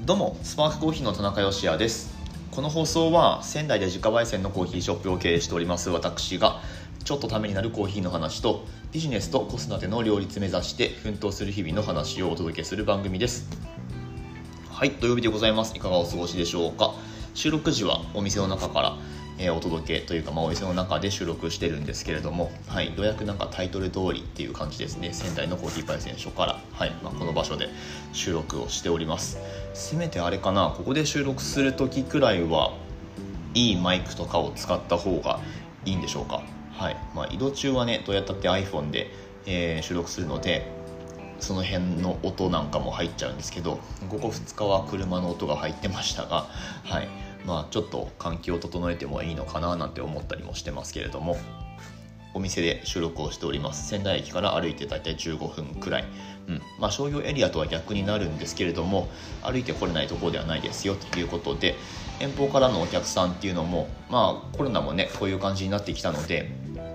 どうも、スパークコーヒーの田中芳也です。この放送は仙台で自家焙煎のコーヒーショップを経営しております私が、ちょっとためになるコーヒーの話とビジネスと子育ての両立目指して奮闘する日々の話をお届けする番組です。はい、土曜日でございます。いかがお過ごしでしょうか。収録時はお店の中からお届けというか、お店の中で収録してるんですけれども、はい、ようやくタイトル通りっていう感じですね。仙台のコーヒー焙煎所から、この場所で収録をしております。せめてあれかな、ここで収録する時くらいはいいマイクとかを使った方がいいんでしょうか。移動中はね、どうやったって iPhone で、収録するので、その辺の音なんかも入っちゃうんですけど、ここ2日は車の音が入ってましたが、ちょっと環境を整えてもいいのかななんて思ったりもしてますけれども、お店で収録をしております。仙台駅から歩いてだいたい15分くらい、商業エリアとは逆になるんですけれども、歩いて来れないところではないですよということで、遠方からのお客さんっていうのも、コロナもねこういう感じになってきたので、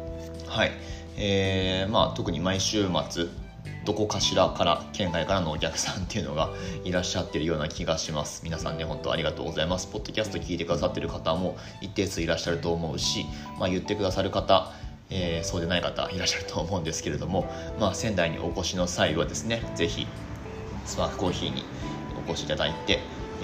特に毎週末どこかしらから県外からのお客さんっていうのがいらっしゃってるような気がします。皆さんね、本当ありがとうございます。ポッドキャスト聞いてくださってる方も一定数いらっしゃると思うし、言ってくださる方、そうでない方いらっしゃると思うんですけれども、仙台にお越しの際はですね、ぜひスパークコーヒーにお越しいただいて、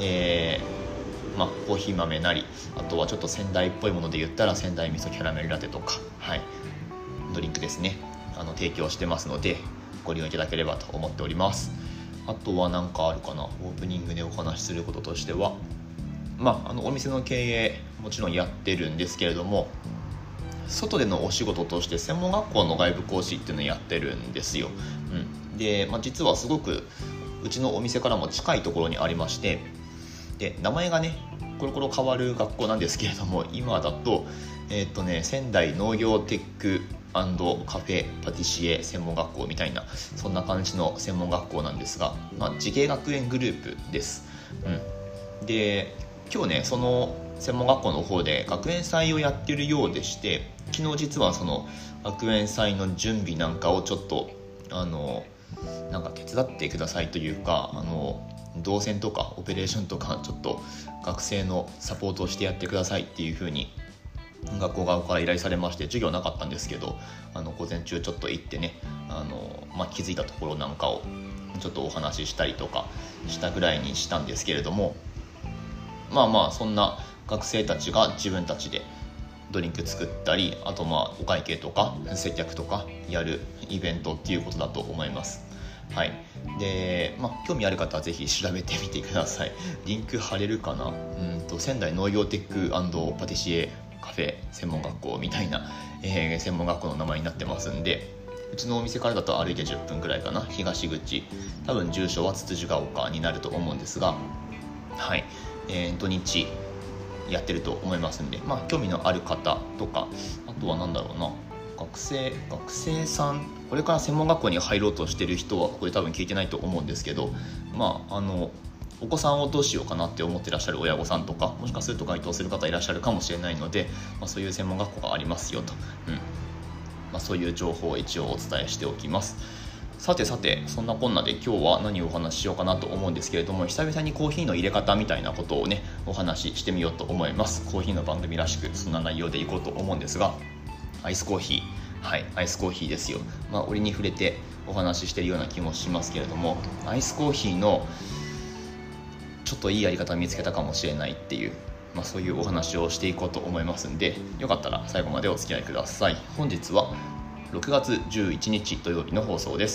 コーヒー豆なり、あとはちょっと仙台っぽいもので言ったら仙台味噌キャラメルラテとか、ドリンクですね、提供してますのでご利用いただければと思っております。あとは何かあるかな。オープニングでお話しすることとしては、お店の経営もちろんやってるんですけれども、外でのお仕事として専門学校の外部講師っていうのをやってるんですよ。で、実はすごくうちのお店からも近いところにありまして、で名前がねコロコロ変わる学校なんですけれども、今だと仙台農業テック&カフェパティシエ専門学校みたいな、そんな感じの専門学校なんですが、慈恵学園グループです。で、今日ねその専門学校の方で学園祭をやってるようでして、昨日実はその学園祭の準備なんかをちょっと手伝ってくださいというか、動線とかオペレーションとかちょっと学生のサポートをしてやってくださいっていう風に学校側から依頼されまして、授業なかったんですけど、午前中ちょっと行ってね、気づいたところなんかをちょっとお話ししたりとかしたぐらいにしたんですけれども、そんな学生たちが自分たちでドリンク作ったり、あとお会計とか接客とかやるイベントっていうことだと思います。で、興味ある方はぜひ調べてみてください。リンク貼れるかな。仙台農業テック&パティシエカフェ専門学校みたいな、専門学校の名前になってますんで、うちのお店からだと歩いて10分くらいかな。東口、多分住所はつつじが丘になると思うんですが、土日やってると思いますんで、興味のある方とか、あとは学生さん、これから専門学校に入ろうとしてる人はこれ多分聞いてないと思うんですけど、お子さんをどうしようかなって思ってらっしゃる親御さんとか、もしかすると該当する方いらっしゃるかもしれないので、そういう専門学校がありますよと、そういう情報を一応お伝えしておきます。さてそんなこんなで今日は何をお話ししようかなと思うんですけれども、久々にコーヒーの入れ方みたいなことをねお話ししてみようと思います。コーヒーの番組らしくそんな内容でいこうと思うんですが、アイスコーヒー、アイスコーヒーですよ。折に触れてお話ししているような気もしますけれども、アイスコーヒーのちょっといいやり方見つけたかもしれないっていう、そういうお話をしていこうと思いますんで、よかったら最後までお付き合いください。本日は6月11日土曜日の放送です。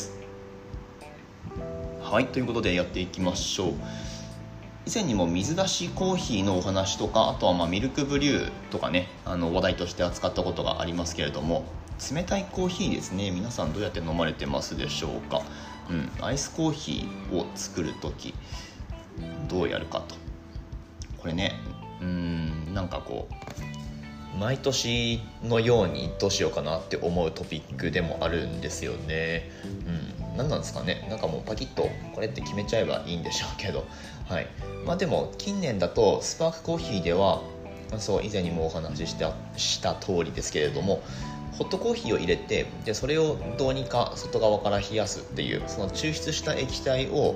ということでやっていきましょう。以前にも水出しコーヒーのお話とか、あとはミルクブリューとかね、話題として扱ったことがありますけれども、冷たいコーヒーですね、皆さんどうやって飲まれてますでしょうか。アイスコーヒーを作るときどうやるかと、これね、毎年のようにどうしようかなって思うトピックでもあるんですよね。何なんですかね。もうパキッとこれって決めちゃえばいいんでしょうけど、でも近年だとスパークコーヒーでは、以前にもお話しした通りですけれども、ホットコーヒーを入れて、でそれをどうにか外側から冷やすっていう、その抽出した液体を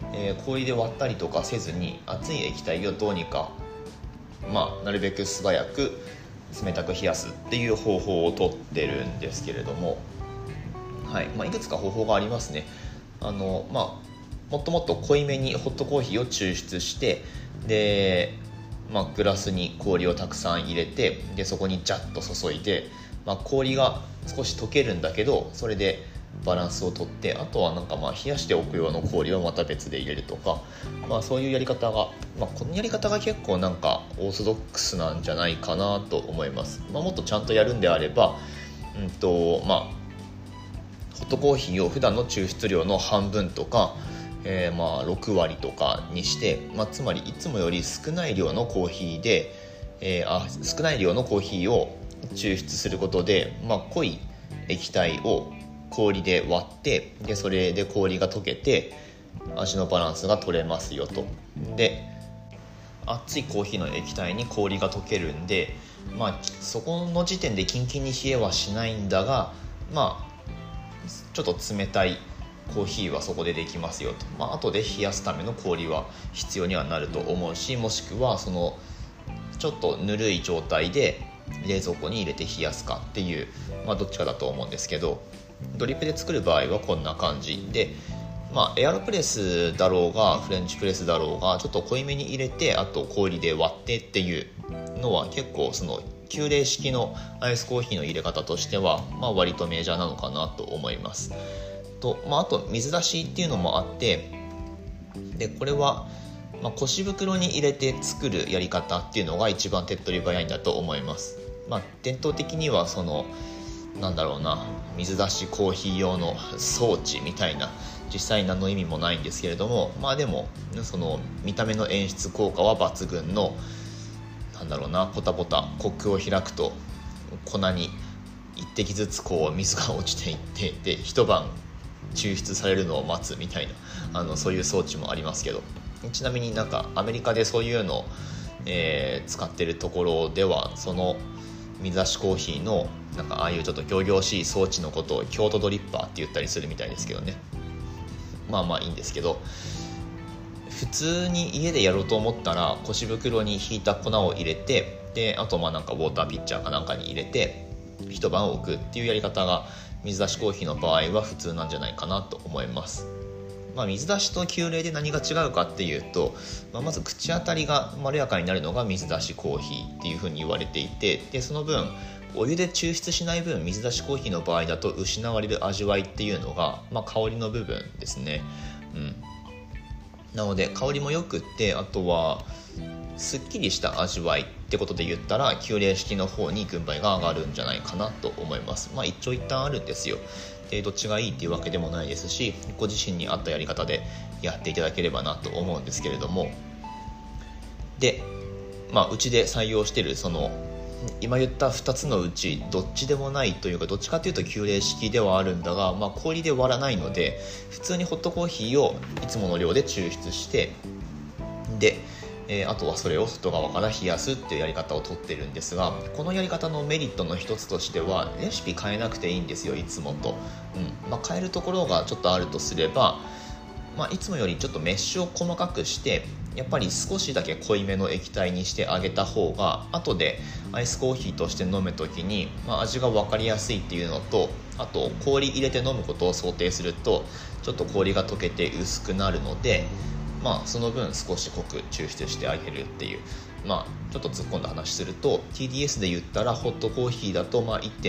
氷で割ったりとかせずに熱い液体をどうにか、なるべく素早く冷たく冷やすっていう方法をとってるんですけれども、いくつか方法がありますね。もっともっと濃いめにホットコーヒーを抽出して、で、グラスに氷をたくさん入れて、でそこにジャッと注いで、氷が少し溶けるんだけどそれでバランスをとって、あとは冷やしておく用の氷をまた別で入れるとか、そういうやり方が、このやり方が結構オーソドックスなんじゃないかなと思います。もっとちゃんとやるんであれば、ホットコーヒーを普段の抽出量の半分とか、6割とかにして、つまりいつもより少ない量のコーヒーで、少ない量のコーヒーを抽出することで、濃い液体を氷で割って、でそれで氷が溶けて味のバランスが取れますよと。で熱いコーヒーの液体に氷が溶けるんで、そこの時点でキンキンに冷えはしないんだが、ちょっと冷たいコーヒーはそこでできますよと。後で冷やすための氷は必要にはなると思うし、もしくはそのちょっとぬるい状態で冷蔵庫に入れて冷やすかっていう、どっちかだと思うんですけど、ドリップで作る場合はこんな感じで、エアロプレスだろうがフレンチプレスだろうがちょっと濃いめに入れて、あと氷で割ってっていうのは結構その急冷式のアイスコーヒーの入れ方としては、割とメジャーなのかなと思いますと。あと水出しっていうのもあって、でこれは腰袋に入れて作るやり方っていうのが一番手っ取り早いんだと思います。伝統的にはその水出しコーヒー用の装置みたいな、実際何の意味もないんですけれども、でもその見た目の演出効果は抜群のポタポタコックを開くと粉に一滴ずつ水が落ちていって、で一晩抽出されるのを待つみたいなそういう装置もありますけど、ちなみにアメリカでそういうのを、使ってるところではその水出しコーヒーのああいうちょっと仰々しい装置のことを京都ドリッパーって言ったりするみたいですけどね。いいんですけど、普通に家でやろうと思ったら腰袋にひいた粉を入れて、であとウォーターピッチャーかなんかに入れて一晩置くっていうやり方が水出しコーヒーの場合は普通なんじゃないかなと思います。水出しと急冷で何が違うかっていうと、まず口当たりがまろやかになるのが水出しコーヒーっていう風に言われていて、でその分お湯で抽出しない分水出しコーヒーの場合だと失われる味わいっていうのが、香りの部分ですね。なので香りもよくって、あとはすっきりした味わいってことで言ったら急冷式の方に軍配が上がるんじゃないかなと思います。一長一短あるんですよ。でどっちがいいっていうわけでもないですし、ご自身に合ったやり方でやっていただければなと思うんですけれども、でうちで採用しているその今言った2つのうちどっちでもないというか、どっちかというと急冷式ではあるんだが、氷で割らないので普通にホットコーヒーをいつもの量で抽出して、であとはそれを外側から冷やすっていうやり方をとってるんですが、このやり方のメリットの一つとしてはレシピ変えなくていいんですよ、いつもと。変えるところがちょっとあるとすれば、いつもよりちょっとメッシュを細かくしてやっぱり少しだけ濃いめの液体にしてあげた方が後でアイスコーヒーとして飲むときに、味が分かりやすいっていうのと、あと氷入れて飲むことを想定するとちょっと氷が溶けて薄くなるので、その分少し濃く抽出してあげるっていう、ちょっと突っ込んだ話すると TDS で言ったらホットコーヒーだと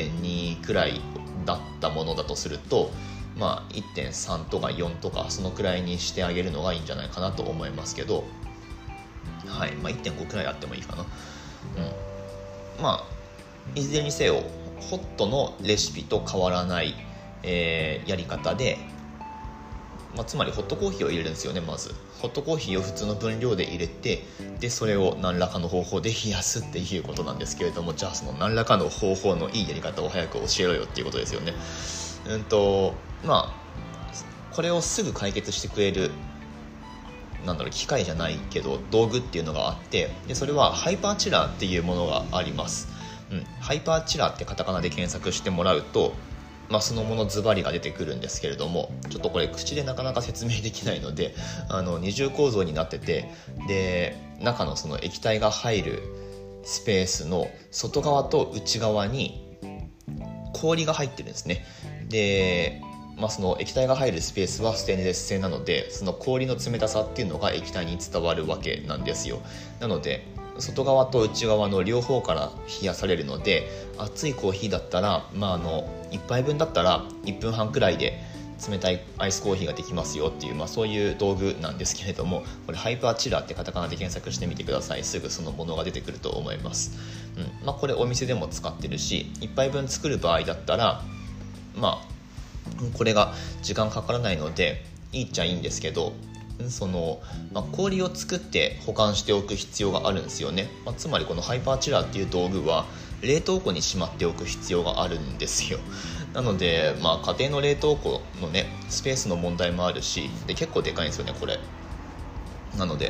1.2 くらいだったものだとすると、1.3 とか4とかそのくらいにしてあげるのがいいんじゃないかなと思いますけど、1.5 くらいあってもいいかな。いずれにせよホットのレシピと変わらない、やり方で、つまりホットコーヒーを入れるんですよね。まずホットコーヒーを普通の分量で入れて、でそれを何らかの方法で冷やすっていうことなんですけれども、じゃあその何らかの方法のいいやり方を早く教えろよっていうことですよね。これをすぐ解決してくれる機械じゃないけど道具っていうのがあって、でそれはハイパーチラーっていうものがあります。ハイパーチラーってカタカナで検索してもらうとそのものズバリが出てくるんですけれども、ちょっとこれ口でなかなか説明できないので、二重構造になってて、で中のその液体が入るスペースの外側と内側に氷が入ってるんですね。で、その液体が入るスペースはステンレス製なので、その氷の冷たさっていうのが液体に伝わるわけなんですよ。なので外側と内側の両方から冷やされるので、熱いコーヒーだったら、1杯分だったら1分半くらいで冷たいアイスコーヒーができますよっていう、そういう道具なんですけれども、これハイパーチラーってカタカナで検索してみてください。すぐそのものが出てくると思います。これお店でも使ってるし、1杯分作る場合だったらこれが時間かからないのでいいっちゃいいんですけど、氷を作って保管しておく必要があるんですよね。つまりこのハイパーチラーっていう道具は冷凍庫にしまっておく必要があるんですよ。なので、家庭の冷凍庫のねスペースの問題もあるし、で結構でかいんですよねこれ。なので、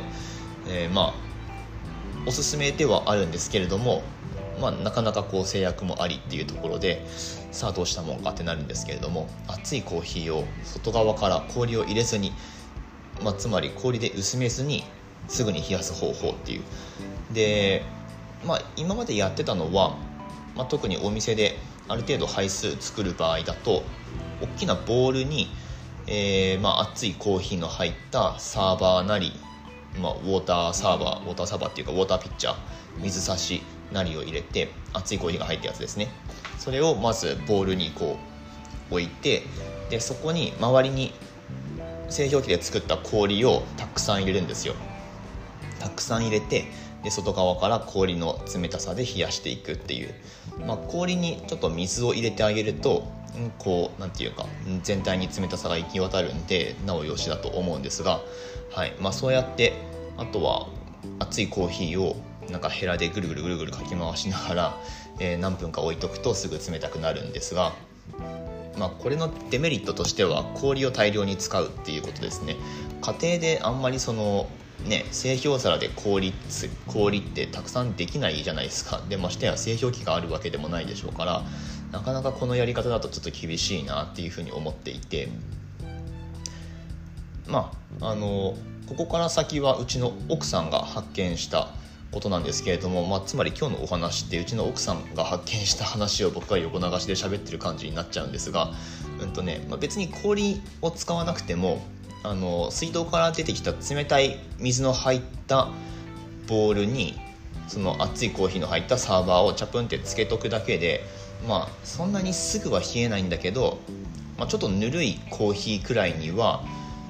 おすすめではあるんですけれども、なかなか制約もありっていうところで、さあどうしたもんかってなるんですけれども、熱いコーヒーを外側から氷を入れずに、つまり氷で薄めずにすぐに冷やす方法っていう。で、今までやってたのは、特にお店である程度杯数作る場合だと、大きなボウルに、熱いコーヒーの入ったサーバーなり、ウォーターサーバーっていうかウォーターピッチャー、水差しなりを入れて、熱いコーヒーが入ったやつですね。それをまずボウルに置いて、でそこに周りに製氷機で作った氷をたくさん入れるんですよ。たくさん入れて、で外側から氷の冷たさで冷やしていくっていう、氷にちょっと水を入れてあげるとなんていうか全体に冷たさが行き渡るんでなおよしだと思うんですが、そうやって、あとは熱いコーヒーをヘラでぐるぐるかき回しながら、何分か置いとくとすぐ冷たくなるんですが、これのデメリットとしては氷を大量に使うっていうことですね。家庭であんまり製氷皿で氷ってたくさんできないじゃないですか。でましてや製氷機があるわけでもないでしょうから、なかなかこのやり方だとちょっと厳しいなっていうふうに思っていて、ここから先はうちの奥さんが発見したことなんですけれども、つまり今日のお話ってうちの奥さんが発見した話を僕が横流しで喋ってる感じになっちゃうんですが、別に氷を使わなくても水道から出てきた冷たい水の入ったボウルにその熱いコーヒーの入ったサーバーをチャプンってつけとくだけで、そんなにすぐは冷えないんだけど、ちょっとぬるいコーヒーくらいには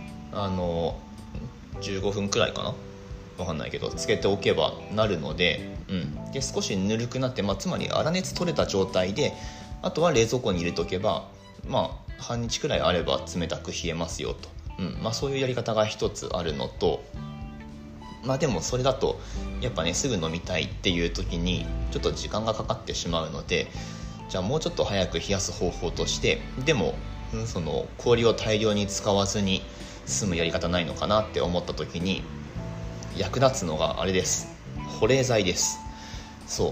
15分くらいかな、わかんないけどつけておけばなるので、で少しぬるくなって、つまり粗熱取れた状態で、あとは冷蔵庫に入れておけば半日くらいあれば冷たく冷えますよと。そういうやり方が一つあるのと、でもそれだとやっぱねすぐ飲みたいっていう時にちょっと時間がかかってしまうので、じゃあもうちょっと早く冷やす方法として、でもその氷を大量に使わずに済むやり方ないのかなって思った時に役立つのがあれです。保冷剤です。そう、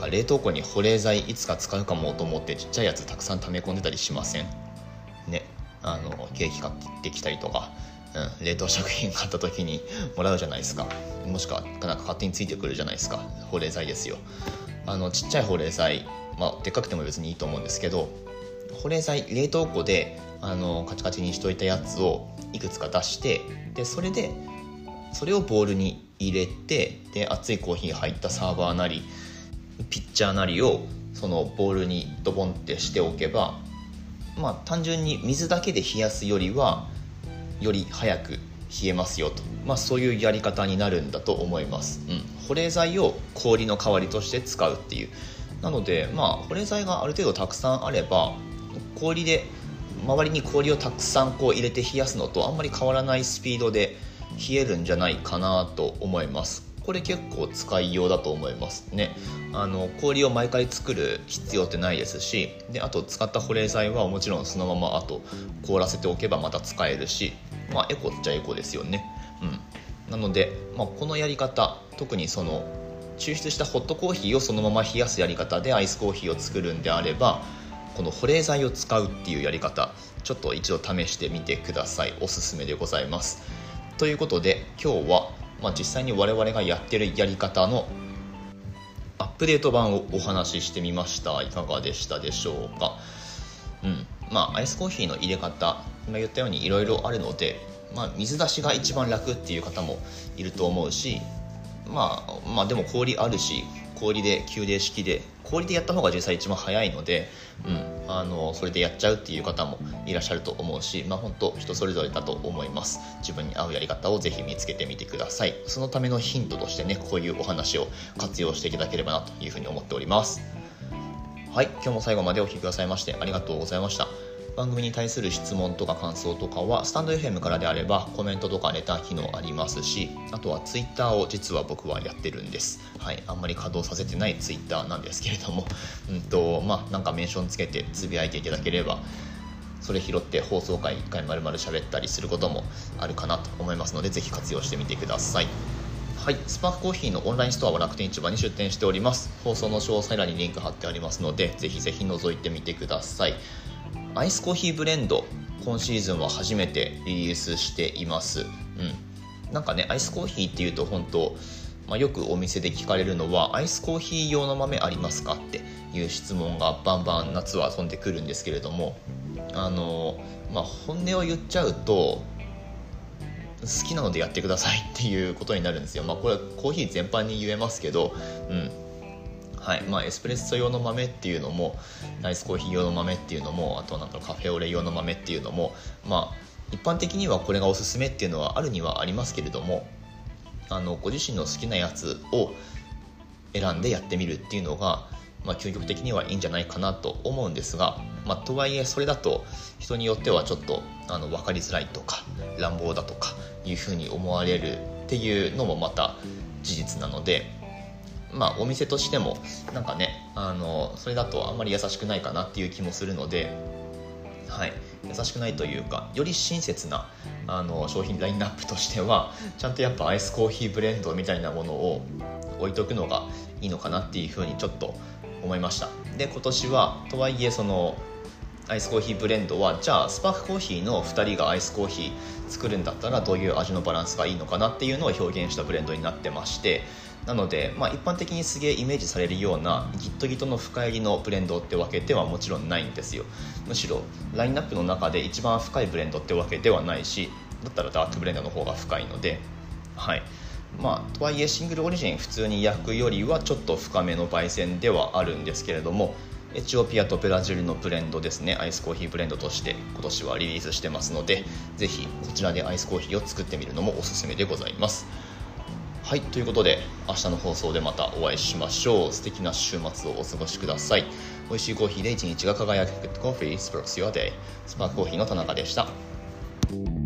冷凍庫に保冷剤いつか使うかもと思ってちっちゃいやつたくさん溜め込んでたりしませんね。ケーキ買ってきたりとか、冷凍食品買った時にもらうじゃないですか。もしくは勝手についてくるじゃないですか。保冷剤ですよ。ちっちゃい保冷剤、でっかくても別にいいと思うんですけど、保冷剤冷凍庫でカチカチにしといたやつをいくつか出して、でそれをボウルに入れて、で熱いコーヒー入ったサーバーなりピッチャーなりをそのボウルにドボンってしておけば、単純に水だけで冷やすよりはより早く冷えますよと、そういうやり方になるんだと思います。保冷剤を氷の代わりとして使うっていう。なので保冷剤がある程度たくさんあれば、氷で周りに氷をたくさん入れて冷やすのとあんまり変わらないスピードで冷えるんじゃないかなと思います。これ結構使いようだと思いますね。氷を毎回作る必要ってないですし、であと使った保冷剤はもちろんそのままあと凍らせておけばまた使えるし、エコっちゃエコですよね。なので、このやり方、特にその抽出したホットコーヒーをそのまま冷やすやり方でアイスコーヒーを作るんであれば、 この保冷剤を使うっていうやり方、ちょっと一度試してみてください。おすすめでございます。ということで今日は、実際に我々がやってるやり方のアップデート版をお話ししてみました。いかがでしたでしょうか。アイスコーヒーの入れ方、今言ったようにいろいろあるので、水出しが一番楽っていう方もいると思うし、でも氷あるし、氷で急冷式で氷でやった方が実際一番早いので、それでやっちゃうっていう方もいらっしゃると思うし、本当人それぞれだと思います。自分に合うやり方をぜひ見つけてみてください。そのためのヒントとしてね、こういうお話を活用していただければなというふうに思っております。はい、今日も最後までお聞きくださいましてありがとうございました。番組に対する質問とか感想とかはスタンド FM からであればコメントとかレター機能ありますし、あとはツイッターを実は僕はやってるんです。あんまり稼働させてないツイッターなんですけれども、なんかメンションつけてつぶやいていただければ、それ拾って放送回1回丸々喋ったりすることもあるかなと思いますので、ぜひ活用してみてください。スパークコーヒーのオンラインストアは楽天市場に出店しております。放送の詳細欄にリンク貼ってありますので、ぜひぜひ覗いてみてください。アイスコーヒーブレンド、今シーズンは初めてリリースしています。アイスコーヒーっていうと本当、よくお店で聞かれるのはアイスコーヒー用の豆ありますかっていう質問がバンバン夏は飛んでくるんですけれども、本音を言っちゃうと好きなのでやってくださいっていうことになるんですよ。これはコーヒー全般に言えますけど、エスプレッソ用の豆っていうのもアイスコーヒー用の豆っていうのも、あとカフェオレ用の豆っていうのも、一般的にはこれがおすすめっていうのはあるにはありますけれども、ご自身の好きなやつを選んでやってみるっていうのが、究極的にはいいんじゃないかなと思うんですが、とはいえそれだと人によってはちょっと分かりづらいとか乱暴だとかいうふうに思われるっていうのもまた事実なので、お店としてもそれだとあんまり優しくないかなっていう気もするので、優しくないというか、より親切な商品ラインナップとしてはちゃんとやっぱアイスコーヒーブレンドみたいなものを置いとくのがいいのかなっていうふうにちょっと思いました。で、今年はとはいえそのアイスコーヒーブレンドは、じゃあスパークコーヒーの2人がアイスコーヒー作るんだったらどういう味のバランスがいいのかなっていうのを表現したブレンドになってまして、なので、一般的にすげえイメージされるようなギットギトの深入りのブレンドってわけではもちろんないんですよ。むしろラインナップの中で一番深いブレンドってわけではないし、だったらダークブレンドの方が深いので、とはいえシングルオリジン普通に焼くよりはちょっと深めの焙煎ではあるんですけれども、エチオピアとブラジルのブレンドですね、アイスコーヒーブレンドとして今年はリリースしてますので、ぜひこちらでアイスコーヒーを作ってみるのもおすすめでございます。ということで明日の放送でまたお会いしましょう。素敵な週末をお過ごしください。美味しいコーヒーで一日が輝く Good Coffee Sparks Your Day。スパークコーヒーの田中でした。